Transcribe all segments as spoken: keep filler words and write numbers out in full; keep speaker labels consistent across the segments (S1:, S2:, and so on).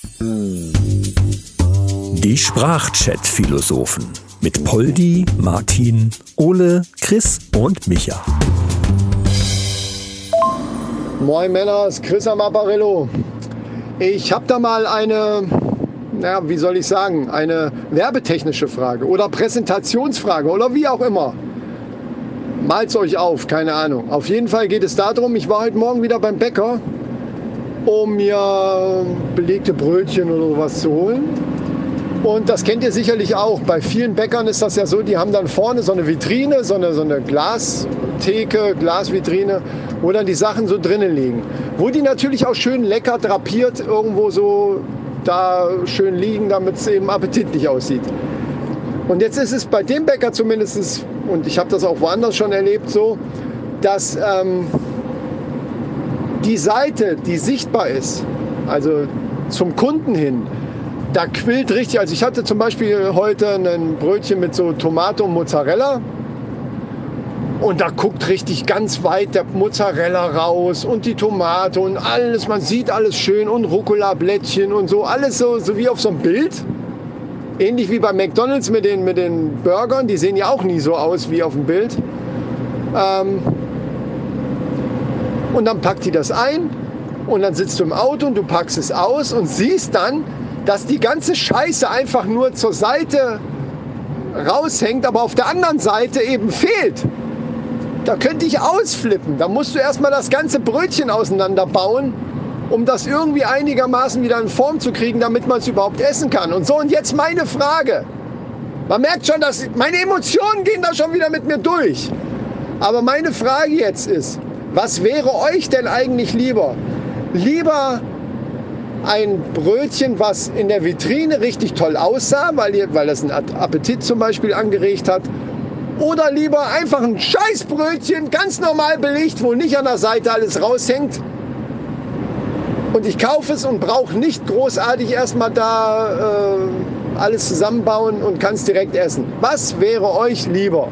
S1: Die Sprachchat-Philosophen mit Poldi, Martin, Ole, Chris und Micha.
S2: Moin Männer, es ist Chris am Apparillo. Ich habe da mal eine, na, wie soll ich sagen, eine werbetechnische Frage oder Präsentationsfrage oder wie auch immer. Malt's euch auf, keine Ahnung. Auf jeden Fall geht es darum, ich war heute Morgen wieder beim Bäcker, um mir belegte Brötchen oder was zu holen. Und das kennt ihr sicherlich auch. Bei vielen Bäckern ist das ja so, die haben dann vorne so eine Vitrine, so eine, so eine Glastheke, Glasvitrine, wo dann die Sachen so drinnen liegen. Wo die natürlich auch schön lecker drapiert irgendwo so da schön liegen, damit es eben appetitlich aussieht. Und jetzt ist es bei dem Bäcker zumindest, und ich habe das auch woanders schon erlebt, so, dass ähm, die Seite, die sichtbar ist, also zum Kunden hin, da quillt richtig. Also ich hatte zum Beispiel heute ein Brötchen mit so Tomate und Mozzarella. Und da guckt richtig ganz weit der Mozzarella raus und die Tomate und alles. Man sieht alles schön und Rucola-Blättchen und so. Alles so, so wie auf so einem Bild. Ähnlich wie bei McDonald's mit den, mit den Burgern. Die sehen ja auch nie so aus wie auf dem Bild. Ähm und dann packt die das ein. Und dann sitzt du im Auto und du packst es aus und siehst dann, dass die ganze Scheiße einfach nur zur Seite raushängt, aber auf der anderen Seite eben fehlt. Da könnte ich ausflippen. Da musst du erstmal das ganze Brötchen auseinanderbauen, um das irgendwie einigermaßen wieder in Form zu kriegen, damit man es überhaupt essen kann. Und so, und jetzt meine Frage. Man merkt schon, dass meine Emotionen gehen da schon wieder mit mir durch. Aber meine Frage jetzt ist, was wäre euch denn eigentlich lieber? Lieber ein Brötchen, was in der Vitrine richtig toll aussah, weil, ihr, weil das einen Appetit zum Beispiel angeregt hat. Oder lieber einfach ein Scheißbrötchen, ganz normal belegt, wo nicht an der Seite alles raushängt. Und ich kaufe es und brauche nicht großartig erstmal da äh, alles zusammenbauen und kann es direkt essen. Was wäre euch lieber?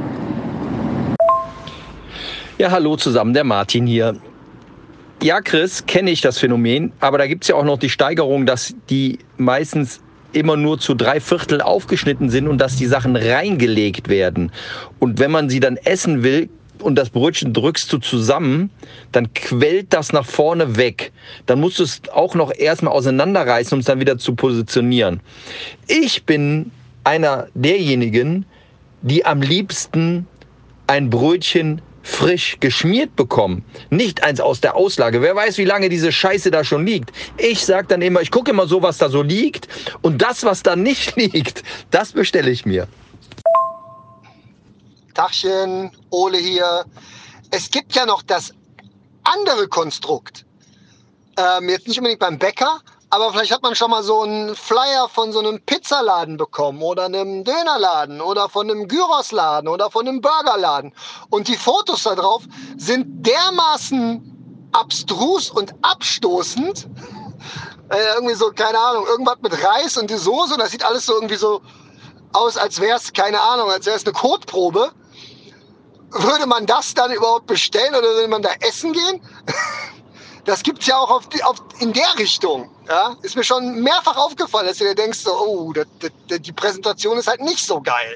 S3: Ja, hallo zusammen, der Martin hier. Ja, Chris, kenne ich das Phänomen, aber da gibt es ja auch noch die Steigerung, dass die meistens immer nur zu drei Viertel aufgeschnitten sind und dass die Sachen reingelegt werden. Und wenn man sie dann essen will und das Brötchen drückst du zusammen, dann quellt das nach vorne weg. Dann musst du es auch noch erstmal auseinanderreißen, um es dann wieder zu positionieren. Ich bin einer derjenigen, die am liebsten ein Brötchen frisch geschmiert bekommen. Nicht eins aus der Auslage. Wer weiß, wie lange diese Scheiße da schon liegt. Ich sag dann immer, ich gucke immer so, was da so liegt. Und das, was da nicht liegt, das bestelle ich mir.
S4: Tachchen, Ole hier. Es gibt ja noch das andere Konstrukt. Ähm, jetzt nicht unbedingt beim Bäcker, aber vielleicht hat man schon mal so einen Flyer von so einem Pizzaladen bekommen oder einem Dönerladen oder von einem Gyrosladen oder von einem Burgerladen. Und die Fotos da drauf sind dermaßen abstrus und abstoßend. Äh, irgendwie so, keine Ahnung, irgendwas mit Reis und die Soße. Und das sieht alles so irgendwie so aus, als wäre es, keine Ahnung, als wäre es eine Kotprobe. Würde man das dann überhaupt bestellen oder würde man da essen gehen? Das gibt's ja auch auf die, auf, in der Richtung. Ja? Ist mir schon mehrfach aufgefallen, dass du dir denkst, so, oh, das, das, die Präsentation ist halt nicht so geil.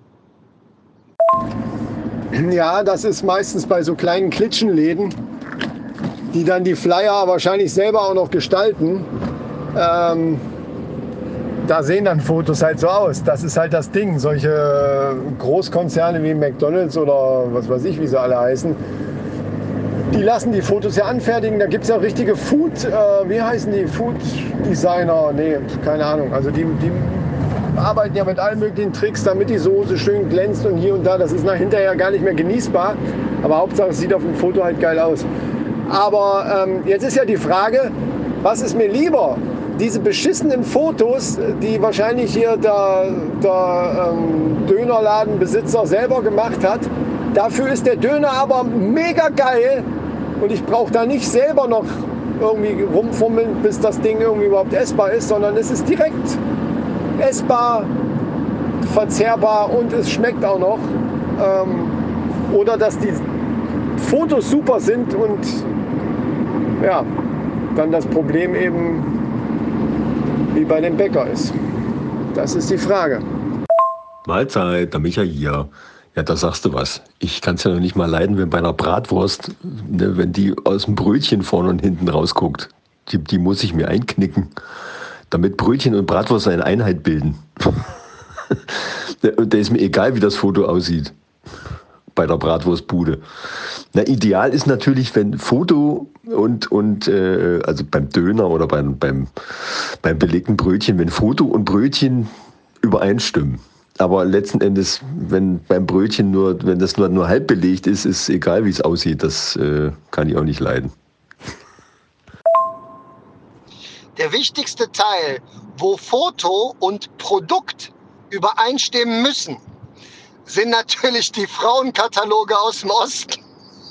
S2: Ja, das ist meistens bei so kleinen Klitschenläden, die dann die Flyer wahrscheinlich selber auch noch gestalten. Ähm, da sehen dann Fotos halt so aus. Das ist halt das Ding. Solche Großkonzerne wie McDonald's oder was weiß ich, wie sie alle heißen, die lassen die Fotos ja anfertigen. Da gibt es ja richtige Food, äh, wie heißen die? Food Designer? Nee, keine Ahnung. Also die, die arbeiten ja mit allen möglichen Tricks, damit die Soße schön glänzt und hier und da. Das ist nach hinterher gar nicht mehr genießbar. Aber Hauptsache es sieht auf dem Foto halt geil aus. Aber ähm, jetzt ist ja die Frage, was ist mir lieber? Diese beschissenen Fotos, die wahrscheinlich hier der, der ähm, Dönerladenbesitzer selber gemacht hat. Dafür ist der Döner aber mega geil und ich brauche da nicht selber noch irgendwie rumfummeln, bis das Ding irgendwie überhaupt essbar ist, sondern es ist direkt essbar, verzehrbar und es schmeckt auch noch. Ähm, oder dass die Fotos super sind und ja, dann das Problem eben wie bei dem Bäcker ist? Das ist die Frage.
S5: Mahlzeit, der Micha hier. Ja, da sagst du was. Ich kann es ja noch nicht mal leiden, wenn bei einer Bratwurst, ne, wenn die aus dem Brötchen vorne und hinten rausguckt. Die, die muss ich mir einknicken, damit Brötchen und Bratwurst eine Einheit bilden. Und da ist mir egal, wie das Foto aussieht bei der Bratwurstbude. Na, ideal ist natürlich, wenn Foto und, und äh, also beim Döner oder beim, beim, beim belegten Brötchen, wenn Foto und Brötchen übereinstimmen. Aber letzten Endes, wenn beim Brötchen nur, wenn das nur, nur halb belegt ist, ist egal, wie es aussieht. Das äh, kann ich auch nicht leiden.
S4: Der wichtigste Teil, wo Foto und Produkt übereinstimmen müssen, sind natürlich die Frauenkataloge aus dem Osten.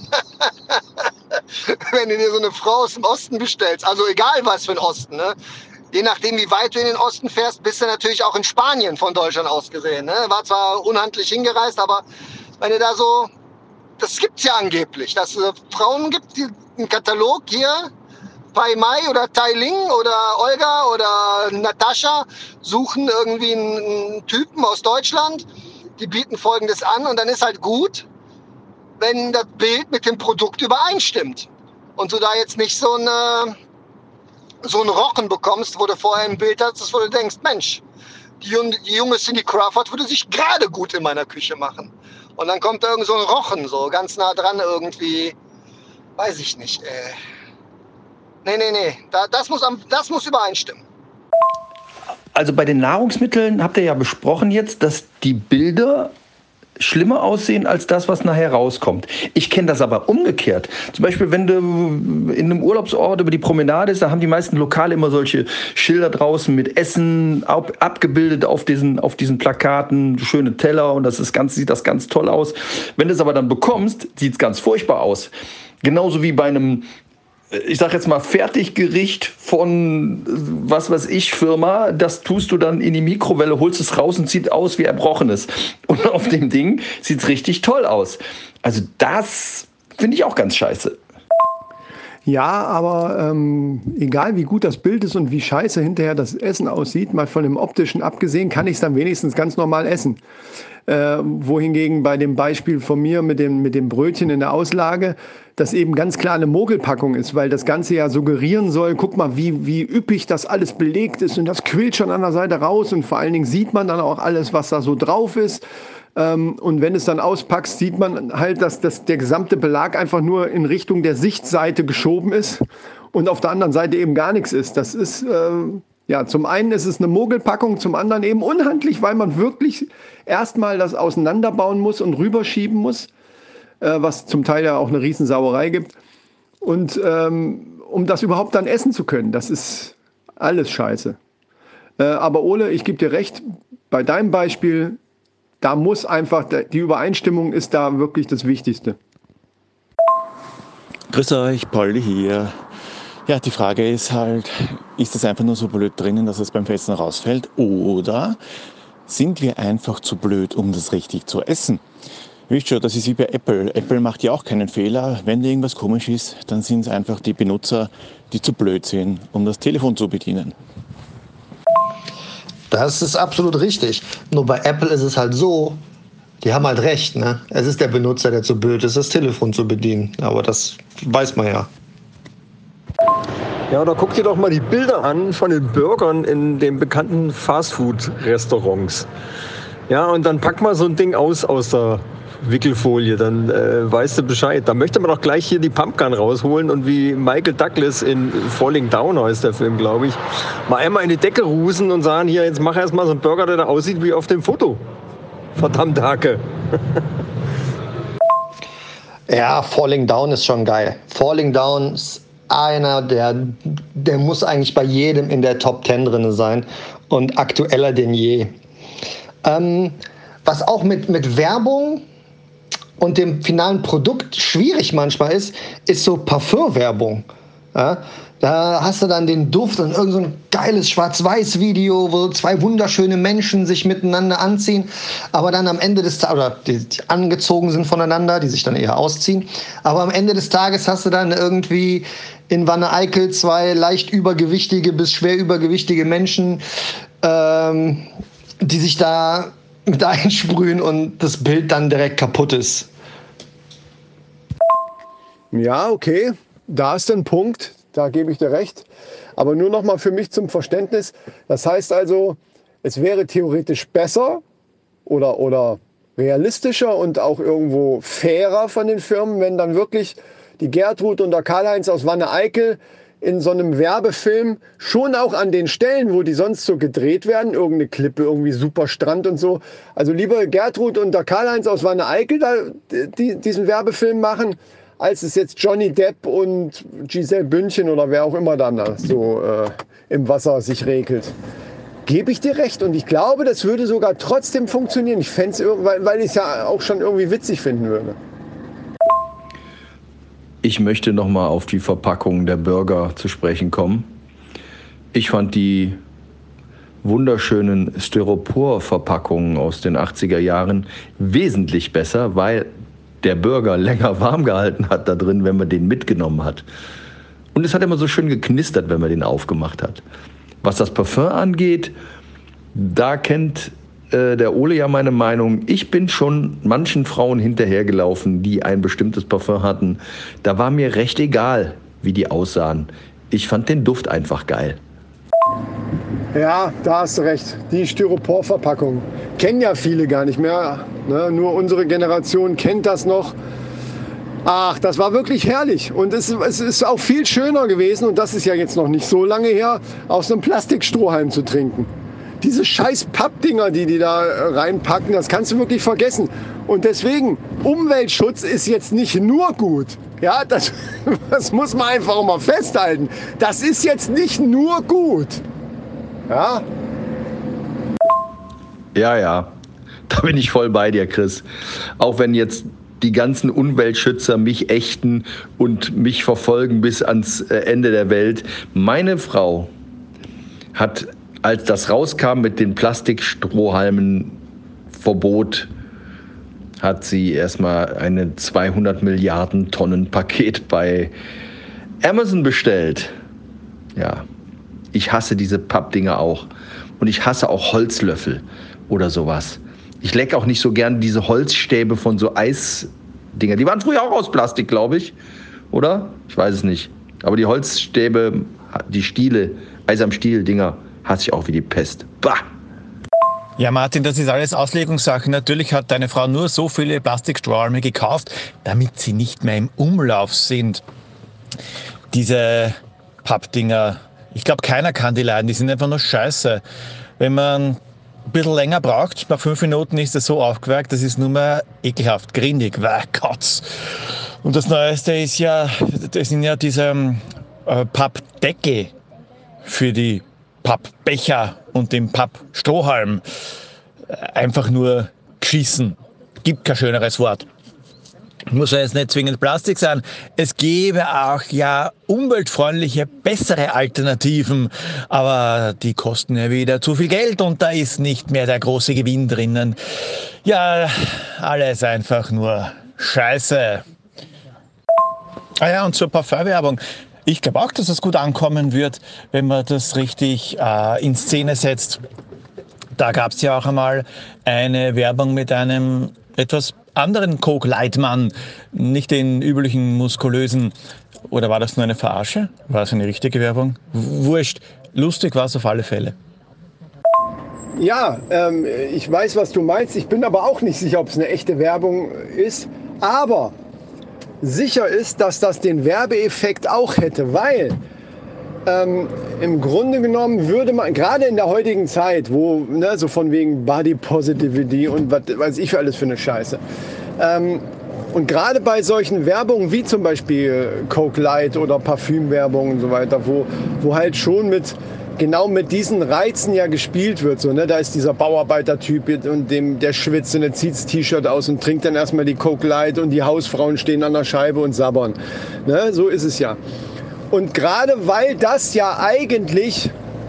S4: Wenn du dir so eine Frau aus dem Osten bestellst, also egal was für ein Osten, ne? Je nachdem, wie weit du in den Osten fährst, bist du natürlich auch in Spanien von Deutschland aus gesehen. Ne? War zwar unhandlich hingereist, aber wenn du da so, das gibt's ja angeblich, dass es Frauen gibt, die einen Katalog hier, Pai Mai oder Tai Ling oder Olga oder Natascha suchen irgendwie einen Typen aus Deutschland, die bieten Folgendes an und dann ist halt gut, wenn das Bild mit dem Produkt übereinstimmt und du da jetzt nicht so eine so einen Rochen bekommst, wo du vorher ein Bild hast, wo du denkst, Mensch, die, junge, die junge Cindy Crawford würde sich gerade gut in meiner Küche machen. Und dann kommt da irgend so ein Rochen, so ganz nah dran irgendwie, weiß ich nicht. Äh. Nee, nee, nee, da, das, muss am, das muss übereinstimmen.
S3: Also bei den Nahrungsmitteln habt ihr ja besprochen jetzt, dass die Bilder schlimmer aussehen als das, was nachher rauskommt. Ich kenne das aber umgekehrt. Zum Beispiel, wenn du in einem Urlaubsort über die Promenade ist, da haben die meisten Lokale immer solche Schilder draußen mit Essen ab, abgebildet auf diesen, auf diesen Plakaten, schöne Teller und das ist ganz, sieht das ganz toll aus. Wenn du es aber dann bekommst, sieht es ganz furchtbar aus. Genauso wie bei einem, ich sag jetzt mal, Fertiggericht von was weiß ich Firma, das tust du dann in die Mikrowelle, holst es raus und sieht aus wie Erbrochenes. Und auf dem Ding sieht es richtig toll aus. Also das finde ich auch ganz scheiße.
S2: Ja, aber ähm, egal wie gut das Bild ist und wie scheiße hinterher das Essen aussieht, mal von dem Optischen abgesehen, kann ich es dann wenigstens ganz normal essen. Äh, wohingegen bei dem Beispiel von mir mit dem, mit dem Brötchen in der Auslage, das eben ganz klar eine Mogelpackung ist, weil das Ganze ja suggerieren soll, guck mal, wie, wie üppig das alles belegt ist und das quillt schon an der Seite raus und vor allen Dingen sieht man dann auch alles, was da so drauf ist. Ähm, und wenn es dann auspackst, sieht man halt, dass, dass der gesamte Belag einfach nur in Richtung der Sichtseite geschoben ist und auf der anderen Seite eben gar nichts ist. Das ist, äh, ja, zum einen ist es eine Mogelpackung, zum anderen eben unhandlich, weil man wirklich erstmal das auseinanderbauen muss und rüberschieben muss, äh, was zum Teil ja auch eine Riesensauerei gibt. Und ähm, um das überhaupt dann essen zu können, das ist alles scheiße. Äh, aber Ole, ich gebe dir recht, bei deinem Beispiel, da muss einfach, die Übereinstimmung ist da wirklich das Wichtigste.
S6: Grüß euch, Polly hier. Ja, die Frage ist halt, ist das einfach nur so blöd drinnen, dass es beim Fetzen rausfällt? Oder sind wir einfach zu blöd, um das richtig zu essen? Wisst schon, das ist wie bei Apple. Apple macht ja auch keinen Fehler. Wenn da irgendwas komisch ist, dann sind es einfach die Benutzer, die zu blöd sind, um das Telefon zu bedienen.
S4: Das ist absolut richtig. Nur bei Apple ist es halt so, die haben halt recht, ne? Es ist der Benutzer, der zu blöd ist, das Telefon zu bedienen. Aber das weiß man ja.
S5: Ja, oder guck dir doch mal die Bilder an von den Burgern in den bekannten Fastfood-Restaurants. Ja, und dann pack mal so ein Ding aus aus der Wickelfolie, dann äh, weißt du Bescheid. Da möchte man doch gleich hier die Pumpgun rausholen und wie Michael Douglas in Falling Down heißt der Film, glaube ich, mal einmal in die Decke rusen und sagen, hier, jetzt mach erst mal so einen Burger, der da aussieht wie auf dem Foto. Verdammt Hacke.
S4: Ja, Falling Down ist schon geil. Falling Down ist einer, der, der muss eigentlich bei jedem in der Top Ten drin sein und aktueller denn je. Ähm, was auch mit, mit Werbung und dem finalen Produkt schwierig manchmal ist, ist so Parfümwerbung. Ja, da hast du dann den Duft und irgend so ein geiles Schwarz-Weiß-Video, wo zwei wunderschöne Menschen sich miteinander anziehen, aber dann am Ende des Tages, oder die, die angezogen sind voneinander, die sich dann eher ausziehen, aber am Ende des Tages hast du dann irgendwie in Wanne-Eickel zwei leicht übergewichtige bis schwer übergewichtige Menschen, ähm, die sich da mit einsprühen und das Bild dann direkt kaputt ist.
S2: Ja, okay, da ist ein Punkt, da gebe ich dir recht. Aber nur noch mal für mich zum Verständnis. Das heißt also, es wäre theoretisch besser oder, oder realistischer und auch irgendwo fairer von den Firmen, wenn dann wirklich die Gertrud und der Karl-Heinz aus Wanne-Eickel in so einem Werbefilm schon auch an den Stellen, wo die sonst so gedreht werden, irgendeine Klippe, irgendwie super Strand und so. Also lieber Gertrud und der Karl-Heinz aus Wanne-Eickel da, die, diesen Werbefilm machen, als es jetzt Johnny Depp und Giselle Bündchen oder wer auch immer dann da so äh, im Wasser sich regelt. Gebe ich dir recht. Und ich glaube, das würde sogar trotzdem funktionieren. Ich fänd's, weil, weil ich es ja auch schon irgendwie witzig finden würde.
S3: Ich möchte noch mal auf die Verpackung der Burger zu sprechen kommen. Ich fand die wunderschönen Styropor-Verpackungen aus den achtziger Jahren wesentlich besser, weil der Burger länger warm gehalten hat da drin, wenn man den mitgenommen hat. Und es hat immer so schön geknistert, wenn man den aufgemacht hat. Was das Parfum angeht, da kennt äh, der Ole ja meine Meinung. Ich bin schon manchen Frauen hinterhergelaufen, die ein bestimmtes Parfum hatten. Da war mir recht egal, wie die aussahen. Ich fand den Duft einfach geil.
S2: Ja, da hast du recht. Die Styropor-Verpackung kennen ja viele gar nicht mehr. Ne? Nur unsere Generation kennt das noch. Ach, das war wirklich herrlich. Und es, es ist auch viel schöner gewesen, und das ist ja jetzt noch nicht so lange her, aus einem Plastikstrohhalm zu trinken. Diese scheiß Pappdinger, die die da reinpacken, das kannst du wirklich vergessen. Und deswegen, Umweltschutz ist jetzt nicht nur gut. Ja, das, das muss man einfach auch mal festhalten. Das ist jetzt nicht nur gut. Ja?
S3: Ja, ja, da bin ich voll bei dir, Chris. Auch wenn jetzt die ganzen Umweltschützer mich ächten und mich verfolgen bis ans Ende der Welt. Meine Frau hat, als das rauskam mit den Plastikstrohhalmen Verbot, hat sie erstmal eine zweihundert Milliarden Tonnen Paket bei Amazon bestellt. Ja, ich hasse diese Pappdinger auch. Und ich hasse auch Holzlöffel oder sowas. Ich lecke auch nicht so gern diese Holzstäbe von so Eisdinger. Die waren früher auch aus Plastik, glaube ich. Oder? Ich weiß es nicht. Aber die Holzstäbe, die Stiele, Eis am Stiel-Dinger, hasse ich auch wie die Pest. Bah!
S7: Ja, Martin, das ist alles Auslegungssache. Natürlich hat deine Frau nur so viele Plastikstrohhalme gekauft, damit sie nicht mehr im Umlauf sind. Diese Pappdinger, ich glaube, keiner kann die leiden. Die sind einfach nur scheiße. Wenn man ein bisschen länger braucht, nach fünf Minuten ist das so aufgewärkt, das ist nur mehr ekelhaft, grindig, wah, Kotz. Und das Neueste ist ja, das sind ja diese äh, Pappdeckel für die Pappbecher und den Pappstrohhalm. Einfach nur geschissen. Gibt kein schöneres Wort. Muss ja jetzt nicht zwingend Plastik sein. Es gäbe auch ja umweltfreundliche, bessere Alternativen. Aber die kosten ja wieder zu viel Geld und da ist nicht mehr der große Gewinn drinnen. Ja, alles einfach nur Scheiße. Ah ja, und zur Parfümwerbung. Ich glaube auch, dass es gut ankommen wird, wenn man das richtig äh, in Szene setzt. Da gab es ja auch einmal eine Werbung mit einem etwas anderen Coke-Light-Mann, nicht den üblichen muskulösen. Oder war das nur eine Verarsche? War das eine richtige Werbung? Wurscht. Lustig war es auf alle Fälle.
S2: Ja, ähm, ich weiß, was du meinst. Ich bin aber auch nicht sicher, ob es eine echte Werbung ist. Aber sicher ist, dass das den Werbeeffekt auch hätte, weil ähm, im Grunde genommen würde man, gerade in der heutigen Zeit, wo ne, so von wegen Body Positivity und was weiß ich für alles für eine Scheiße, ähm, und gerade bei solchen Werbungen wie zum Beispiel Coke Light oder Parfümwerbung und so weiter, wo, wo halt schon mit genau mit diesen Reizen ja gespielt wird. So, ne? Da ist dieser Bauarbeiter-Typ und dem, der schwitzt und der zieht das T-Shirt aus und trinkt dann erstmal die Coke Light und die Hausfrauen stehen an der Scheibe und sabbern. Ne? So ist es ja. Und gerade weil das ja eigentlich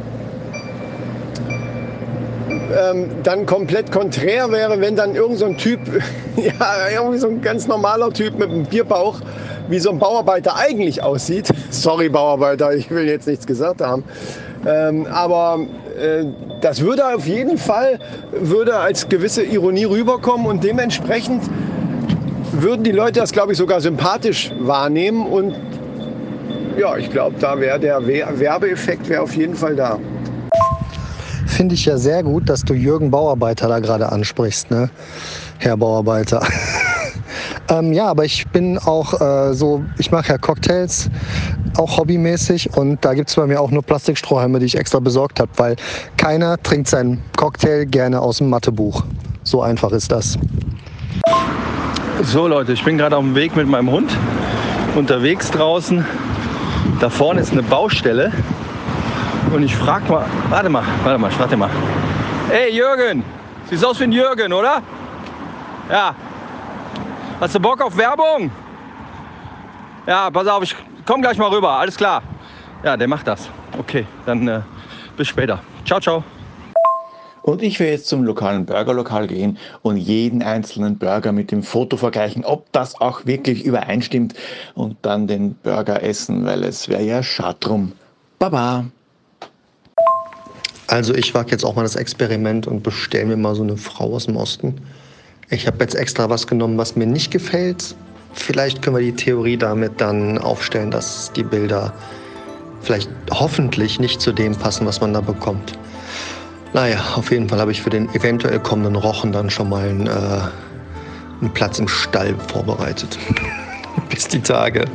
S2: ähm, dann komplett konträr wäre, wenn dann irgend so ein Typ, ja, irgendwie so ein ganz normaler Typ mit einem Bierbauch, wie so ein Bauarbeiter eigentlich aussieht. Sorry Bauarbeiter, ich will jetzt nichts gesagt haben. Ähm, aber äh, das würde auf jeden Fall würde als gewisse Ironie rüberkommen und dementsprechend würden die Leute das, glaube ich, sogar sympathisch wahrnehmen. Und ja, ich glaube, da wäre der Werbeeffekt wäre auf jeden Fall da.
S4: Finde ich ja sehr gut, dass du Jürgen Bauarbeiter da gerade ansprichst, ne? Herr Bauarbeiter. ähm, ja, aber ich bin auch äh, so, ich mache ja Cocktails, auch hobbymäßig. Und da gibt es bei mir auch nur Plastikstrohhalme, die ich extra besorgt habe, weil keiner trinkt seinen Cocktail gerne aus dem Mathebuch. So einfach ist das.
S3: So Leute, ich bin gerade auf dem Weg mit meinem Hund unterwegs draußen. Da vorne ist eine Baustelle. Und ich frag mal, warte mal, warte mal, ich frag dir mal. Hey Jürgen, siehst aus wie ein Jürgen, oder? Ja. Hast du Bock auf Werbung? Ja, pass auf, ich komm gleich mal rüber, alles klar. Ja, der macht das. Okay, dann äh, bis später. Ciao, ciao.
S6: Und ich werde jetzt zum lokalen Burgerlokal gehen und jeden einzelnen Burger mit dem Foto vergleichen, ob das auch wirklich übereinstimmt und dann den Burger essen, weil es wäre ja schade drum. Baba.
S4: Also ich wage jetzt auch mal das Experiment und bestelle mir mal so eine Frau aus dem Osten. Ich habe jetzt extra was genommen, was mir nicht gefällt. Vielleicht können wir die Theorie damit dann aufstellen, dass die Bilder vielleicht hoffentlich nicht zu dem passen, was man da bekommt. Naja, auf jeden Fall habe ich für den eventuell kommenden Rochen dann schon mal einen, äh, einen Platz im Stall vorbereitet. Bis die Tage.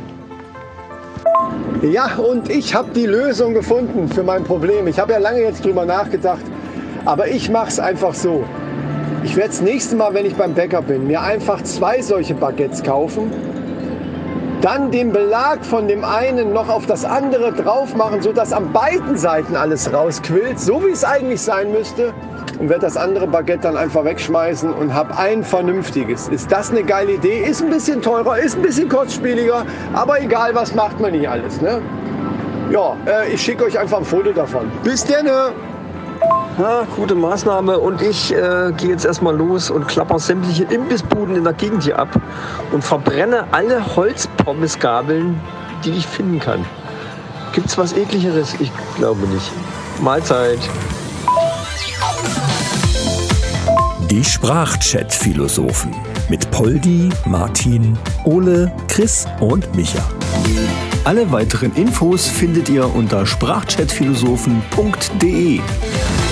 S2: Ja, und ich habe die Lösung gefunden für mein Problem. Ich habe ja lange jetzt drüber nachgedacht, aber ich mache es einfach so. Ich werde das nächste Mal, wenn ich beim Bäcker bin, mir einfach zwei solche Baguettes kaufen, dann den Belag von dem einen noch auf das andere drauf machen, sodass an beiden Seiten alles rausquillt, so wie es eigentlich sein müsste, und werde das andere Baguette dann einfach wegschmeißen und habe ein vernünftiges. Ist das eine geile Idee? Ist ein bisschen teurer, ist ein bisschen kostspieliger, aber egal, was macht man nicht alles, ne? Ja, äh, ich schicke euch einfach ein Foto davon. Bis dann!
S5: Ja, gute Maßnahme. Und ich äh, gehe jetzt erstmal los und klapper sämtliche Imbissbuden in der Gegend hier ab und verbrenne alle Holzpommesgabeln, die ich finden kann. Gibt's was Ekligeres? Ich glaube nicht. Mahlzeit.
S1: Die Sprachchat-Philosophen mit Poldi, Martin, Ole, Chris und Micha. Alle weiteren Infos findet ihr unter sprachchatphilosophen punkt de.